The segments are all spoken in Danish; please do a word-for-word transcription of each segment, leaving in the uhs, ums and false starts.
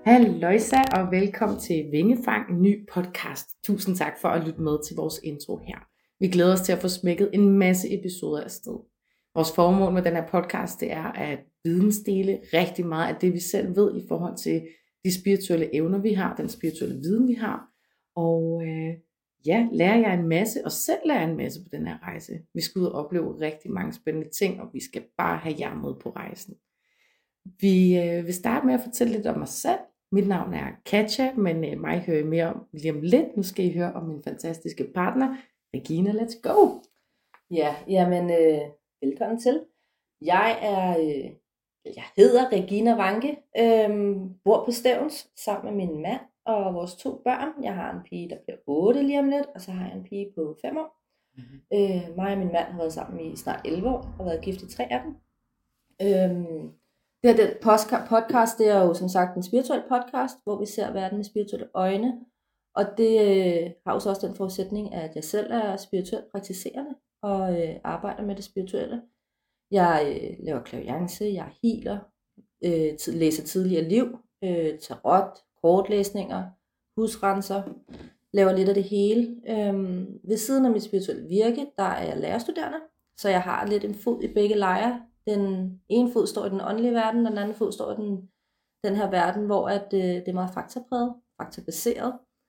Halløjsa og velkommen til Vingefang, en ny podcast. Tusind tak for at lytte med til vores intro her. Vi glæder os til at få smækket en masse episoder afsted. Vores formål med den her podcast, det er at vidensdele rigtig meget af det, vi selv ved i forhold til de spirituelle evner, vi har, den spirituelle viden, vi har. Og øh, ja, lærer jeg en masse, og selv lærer en masse på den her rejse. Vi skal ud og opleve rigtig mange spændende ting, og vi skal bare have jer med på rejsen. Vi øh, vil starte med at fortælle lidt om os selv. Mit navn er Katja, men øh, mig hører I mere om lige om lidt. Nu skal I høre om min fantastiske partner, Regina. Let's go! Ja, jamen øh, velkommen til. Jeg er, øh, jeg hedder Regina Wanke, øh, bor på Stevns sammen med min mand og vores to børn. Jeg har en pige, der bliver otte lige om lidt, og så har jeg en pige på fem år. Mm-hmm. Øh, mig og min mand har været sammen i snart elleve år og været gift i tre af dem. Øh, Det her den podcast, det er jo som sagt en spirituel podcast, hvor vi ser verden med spirituelle øjne. Og det øh, har jo så også den forudsætning, at jeg selv er spirituelt praktiserende og øh, arbejder med det spirituelle. Jeg øh, laver clairvoyance, jeg healer, øh, t- læser tidligere liv, øh, tarot, kortlæsninger, husrenser, laver lidt af det hele. Øh, ved siden af mit spirituelle virke, der er jeg lærerstuderende, så jeg har lidt en fod i begge lejre. Den ene fod står i den åndelige verden, og den anden fod står i den, den her verden, hvor at, øh, det er meget faktapræget, faktabaseret.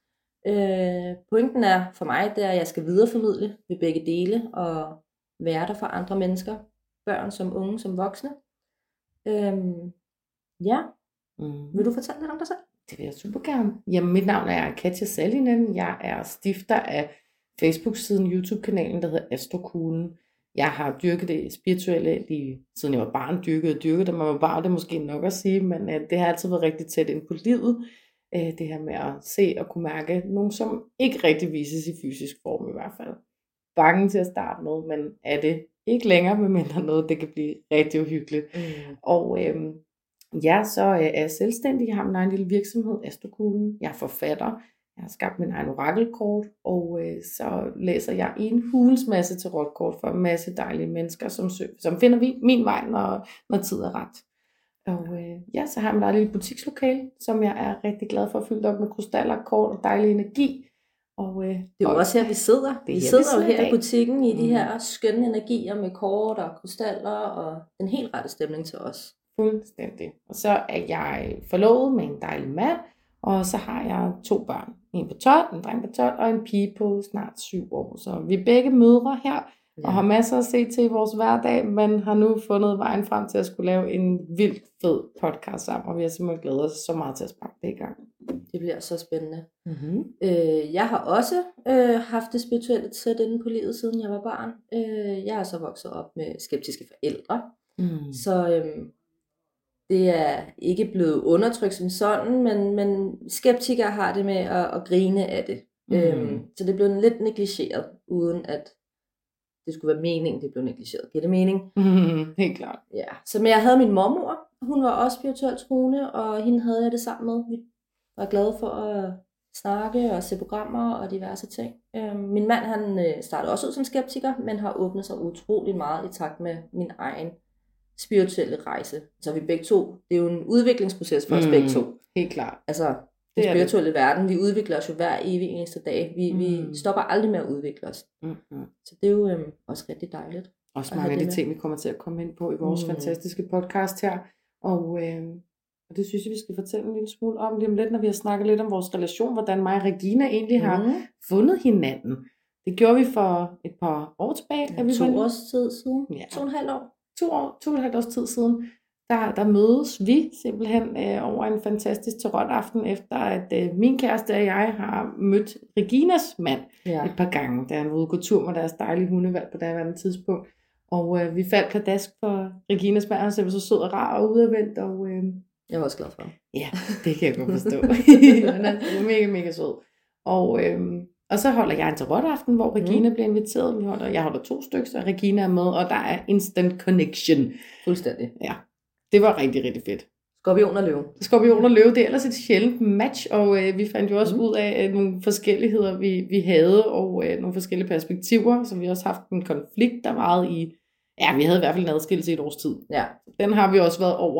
Øh, pointen er for mig, det er, at jeg skal videreformidle ved begge dele, og være der for andre mennesker, børn som unge, som voksne. Øh, ja, mm. Vil du fortælle lidt om dig selv? Det vil jeg super gerne. Jamen, mit navn er Katja Sallinen. Jeg er stifter af Facebook-siden, YouTube-kanalen, der hedder Astrokuglen. Jeg har dyrket det spirituelle, lige, siden jeg var barn, dyrket og dyrket, da man var barn, det er måske nok at sige, men uh, det har altid været rigtig tæt ind på livet. Uh, det her med at se og kunne mærke nogen, som ikke rigtig vises i fysisk form i hvert fald. Bange til at starte med, men er det ikke længere, medmindre noget, det kan blive rigtig uhyggeligt. Mm. Og uh, ja, så uh, er jeg selvstændig, jeg har min egen lille virksomhed, Astrokuglen. Jeg er forfatter. Jeg har skabt min egen orakelkort, og øh, så læser jeg en hulens masse tarotkort for en masse dejlige mennesker, som, som finder vi, min vej, når, når tid er ret. Og øh, ja, så har jeg mit lille butikslokale, som jeg er rigtig glad for at fylde op med krystaller, kort og dejlig energi. Og, øh, det er jo og, også her, vi sidder. Vi her, sidder vi jo her i butikken i mm. de her mm. skønne energier med kort og krystaller og en helt rette stemning til os. Fuldstændig. Og så er jeg forlovet med en dejlig mand, og så har jeg to børn. En på tolv, en dreng på tolv og en pige på snart syv år. Så vi er begge mødre her, ja. Og har masser at se til i vores hverdag, men har nu fundet vejen frem til at skulle lave en vildt fed podcast sammen, og vi har simpelthen glædet os så meget til at sparke det i gang. Det bliver så spændende. Mm-hmm. Øh, jeg har også øh, haft det spirituelle tæt inde på livet, siden jeg var barn. Øh, jeg har så vokset op med skeptiske forældre, mm. så øh, det er ikke blevet undertrykt som sådan, men, men skeptikere har det med at, at grine af det. Mm. Øhm, så det blev lidt negligeret, uden at det skulle være meningen, det blev negligeret. Giver det mening? Mm, helt klart. Ja. Så men jeg havde min mormor, hun var også spirituelt troende, og hende havde jeg det sammen med. Vi var glade for at snakke og se programmer og diverse ting. Øhm, min mand, han startede også ud som skeptiker, men har åbnet sig utrolig meget i takt med min egen spirituelle rejse. Så vi begge to, det er jo en udviklingsproces for os mm, begge to. Helt klart. Altså, den spirituelle det. verden, vi udvikler os jo hver evig eneste dag. Vi, mm. vi stopper aldrig med at udvikle os. Mm-hmm. Så det er jo øhm, også rigtig dejligt. Også mange af de ting, vi kommer til at komme ind på i vores mm. fantastiske podcast her. Og, øh, og det synes jeg, vi skal fortælle en lille smule om lige om lidt, når vi har snakket lidt om vores relation, hvordan mig og Regina egentlig mm. har fundet hinanden. Det gjorde vi for et par år tilbage. Ja, to var... års tid siden. Ja. To og en halv år. To, år, to og et halvt års tid siden, der, der mødes vi simpelthen øh, over en fantastisk tarotaften, efter at øh, min kæreste og jeg har mødt Reginas mand ja. et par gange, da han var ude gå tur med deres dejlige hundevalg på daværende tidspunkt. Og øh, vi faldt pladask for Reginas mand, han var så sød og rar og udadvendt. Og, øh, jeg var også glad for ham. Ja, det kan jeg godt forstå. Han er mega, mega sød. Og... Øh, Og så holder jeg en tarotaften, hvor Regina mm. bliver inviteret. Vi holder, jeg holder to stykker, og Regina er med, og der er instant connection. Fuldstændig. Ja, det var rigtig, rigtig fedt. Skorpion og løve. Skorpion og løve, det er ellers et sjældent match, og øh, vi fandt jo også mm. ud af øh, nogle forskelligheder, vi, vi havde, og øh, nogle forskellige perspektiver, så vi har også haft en konflikt, der varede i, ja, vi havde i hvert fald en adskillelse i et års tid. Ja. Den har vi også været over, og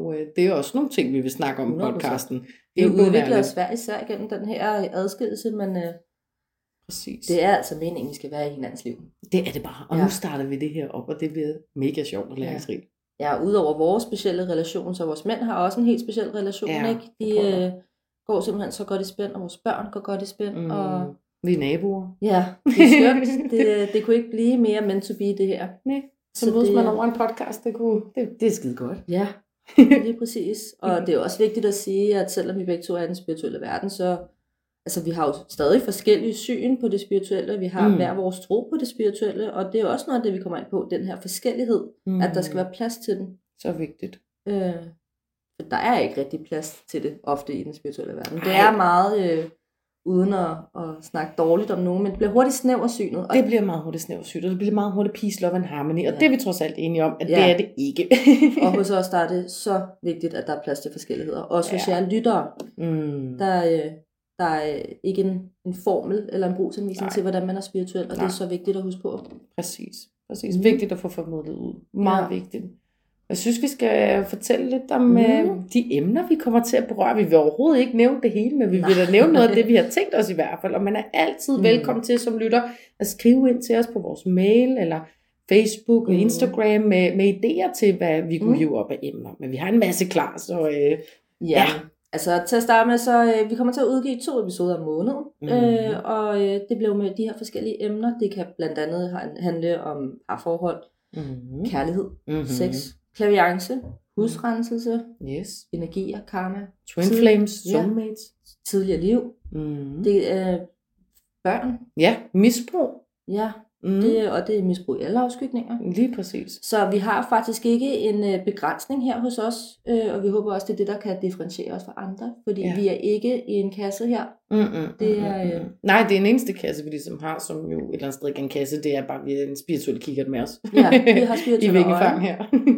Og øh, det er også nogle ting, vi vil snakke om i podcasten. Det er jo udviklet os hver især gennem den her adskillelse, men øh, præcis. Det er altså meningen, vi skal være i hinandens liv. Det er det bare. Og ja. Nu starter vi det her op, og det bliver mega sjovt og læringsrigt. Ja, udover vores specielle relation, så vores mænd har også en helt speciel relation, ja, ikke? De øh, går simpelthen så godt i spænd, og vores børn går godt i spænd. Mm. Og vi er naboer. Ja, det er skønt. det, det kunne ikke blive mere meant to be, det her. Nej, så mødes man over en podcast, det, kunne, det, det er skide godt. Ja, lige præcis. Og det er også vigtigt at sige, at selvom vi begge to er i den spirituelle verden, så altså, vi har jo stadig forskellige syn på det spirituelle. Vi har mm. hver vores tro på det spirituelle, og det er også noget af det, vi kommer ind på, den her forskellighed, mm. at der skal være plads til den. Så vigtigt. Øh, for der er ikke rigtig plads til det ofte i den spirituelle verden. Det er meget... Øh, uden at, at snakke dårligt om nogen, men det bliver hurtigt snæversynet. Det bliver meget hurtigt snæversynet, og det bliver meget hurtigt peace, love and harmony, og ja. Det er vi trods alt enige om, at ja. Det er det ikke. Og hos os der er det så vigtigt, at der er plads til forskelligheder. Også hos ja. jer lyttere, mm. der, der er ikke en, en formel eller en brugsanvisning til, hvordan man er spirituel, og Nej. Det er så vigtigt at huske på. Præcis. Præcis. Mm. Vigtigt at få formidlet ud. Meget ja. Vigtigt. Jeg synes, vi skal fortælle lidt om mm. uh, de emner, vi kommer til at berøre. Vi vil overhovedet ikke nævne det hele, men vi Nej. Vil da nævne noget af det, vi har tænkt os i hvert fald. Og man er altid mm. velkommen til som lytter at skrive ind til os på vores mail, eller Facebook og mm. Instagram med, med idéer til, hvad vi kunne mm. hive op af emner. Men vi har en masse klar, så uh, ja. ja. Altså til at starte med, så uh, vi kommer til at udgive to episoder om måneden. Mm. Uh, og uh, det bliver med de her forskellige emner. Det kan blandt andet handle om parforhold, mm. kærlighed, mm-hmm. sex, klaviance, husrenselse, yes. energier, karma, twin tid, flames, soulmates, ja, tidligere liv, mm. det er børn, ja, misbrug, ja, mm. det, og det er misbrug i alle afskygninger. Lige præcis. Så vi har faktisk ikke en begrænsning her hos os, og vi håber også, det er det, der kan differentiere os fra andre, fordi ja. Vi er ikke i en kasse her. Mm-mm, det er, mm-mm. Nej, det er en eneste kasse, vi ligesom har, som jo et eller andet sted ikke er en kasse, det er bare, vi er en spirituel kikkert med os. Ja, vi har spirituelle I Vingefang her.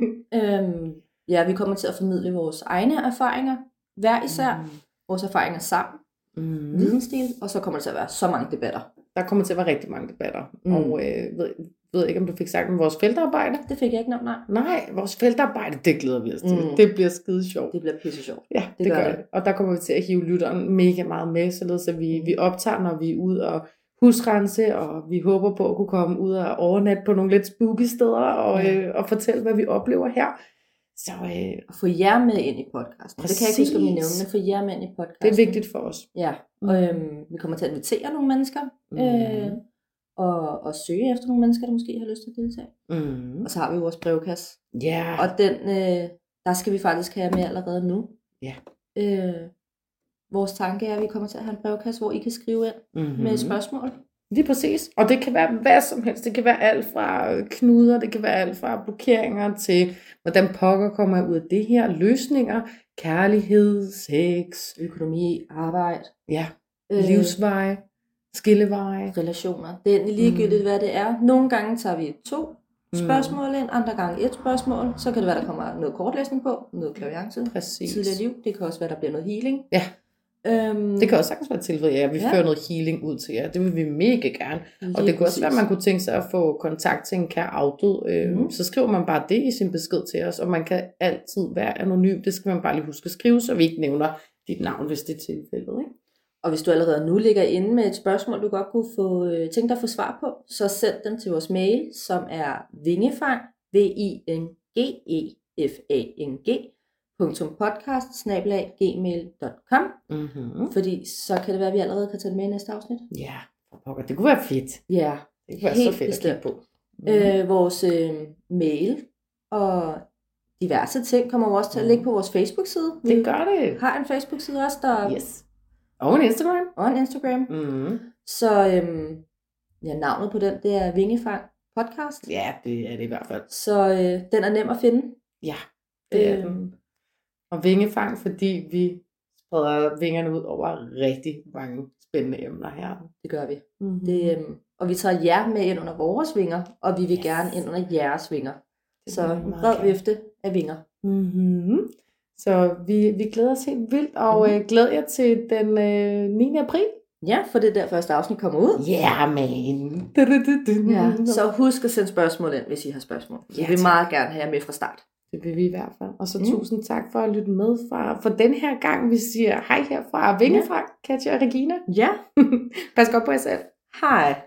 øhm, ja, vi kommer til at formidle vores egne erfaringer, hver især, mm. vores erfaringer sammen, mm. vidensdel, og så kommer der til at være så mange debatter. Der kommer til at være rigtig mange debatter, mm. og øh, ved, ved ikke, om du fik sagt om vores feltarbejde? Det fik jeg ikke, nej. Nej, vores feltarbejde, det glæder vi os til. Mm. Det bliver skide sjovt. Det bliver pisse sjovt. Ja, det, det gør det. det. Og der kommer vi til at hive lytteren mega meget med, således at vi, vi optager, når vi er ude og husrense, og vi håber på at kunne komme ud og overnatte på nogle lidt spooky steder, og, ja. øh, og fortælle, hvad vi oplever her. Så øh, få jer med ind i podcasten. Præcis. Det kan jeg ikke huske, om vi nævner, men få jer med ind i podcasten. Det er vigtigt for os. Ja, mm. og øhm, vi kommer til at invitere nogle mennesker, mm. øh, og, og søge efter nogle mennesker, der måske har lyst til at deltage. Mm. Og så har vi vores brevkasse. Ja. Yeah. Og den, øh, der skal vi faktisk have med allerede nu. Ja. Yeah. Øh, vores tanke er, at vi kommer til at have en brevkasse, hvor I kan skrive ind mm-hmm. med spørgsmål. Lige præcis. Og det kan være hvad som helst. Det kan være alt fra knuder, det kan være alt fra blokeringer til, hvordan pokker kommer ud af det her. Løsninger, kærlighed, sex, økonomi, arbejde. Ja, øh, livsveje, skilleveje. Relationer. Det er ligegyldigt, mm. hvad det er. Nogle gange tager vi to spørgsmål ind, andre gange et spørgsmål. Så kan det være, der kommer noget kortlæsning på, noget klaviance, tidligere liv. Det kan også være, der bliver noget healing. Ja. Øhm, det kan også sagtens være tilfældet, ja. Vi ja. fører noget healing ud til jer. Det vil vi mega gerne. Lige og det kunne også være, at man kunne tænke sig at få kontakt til en kær afdød. Øhm, mm. Så skriver man bare det i sin besked til os, og man kan altid være anonym. Det skal man bare lige huske at skrive, så vi ikke nævner dit navn, hvis det er tilfældet, ikke? Og hvis du allerede nu ligger inde med et spørgsmål, du godt kunne få, øh, tænke dig at få svar på, så send den til vores mail, som er vingefang, v i n g e f a n g podcast snabel-a gmail punktum com mm-hmm. Fordi så kan det være, at vi allerede kan tage det med i næste afsnit. Ja, yeah. Det kunne være fedt. Ja, det kunne være så fedt at kigge på. Mm-hmm. Øh, vores øh, mail og diverse ting kommer også til at ligge på vores Facebook-side. Vi det gør det. har en Facebook-side også, der... Yes. Og en Instagram. Og en Instagram. Mm-hmm. Så øhm, ja, navnet på den, det er Vingefang Podcast. Ja, det er det i hvert fald. Så øh, den er nem at finde. Ja, det er øhm. den. Og vingefang, fordi vi spreder vingerne ud over rigtig mange spændende emner her. Det gør vi. Mm-hmm. Det, øhm, og vi tager jer med ind under vores vinger, og vi vil yes. gerne ind under jeres vinger. Så en bred vifte af vinger. Mm-hmm. Så vi, vi glæder os helt vildt, og mm-hmm. øh, glæder jer til den øh, niende april. Ja, for det er der første afsnit kommer ud. Ja, yeah, man. Ja, så husk at sende spørgsmål ind, hvis I har spørgsmål. Vi ja, vil meget gerne have jer med fra start. Det vil vi i hvert fald. Og så Mm. tusind tak for at lytte med fra, for den her gang. Vi siger hej herfra Vingefra, Katja og Regina. Ja, Pas godt på jer selv. hej.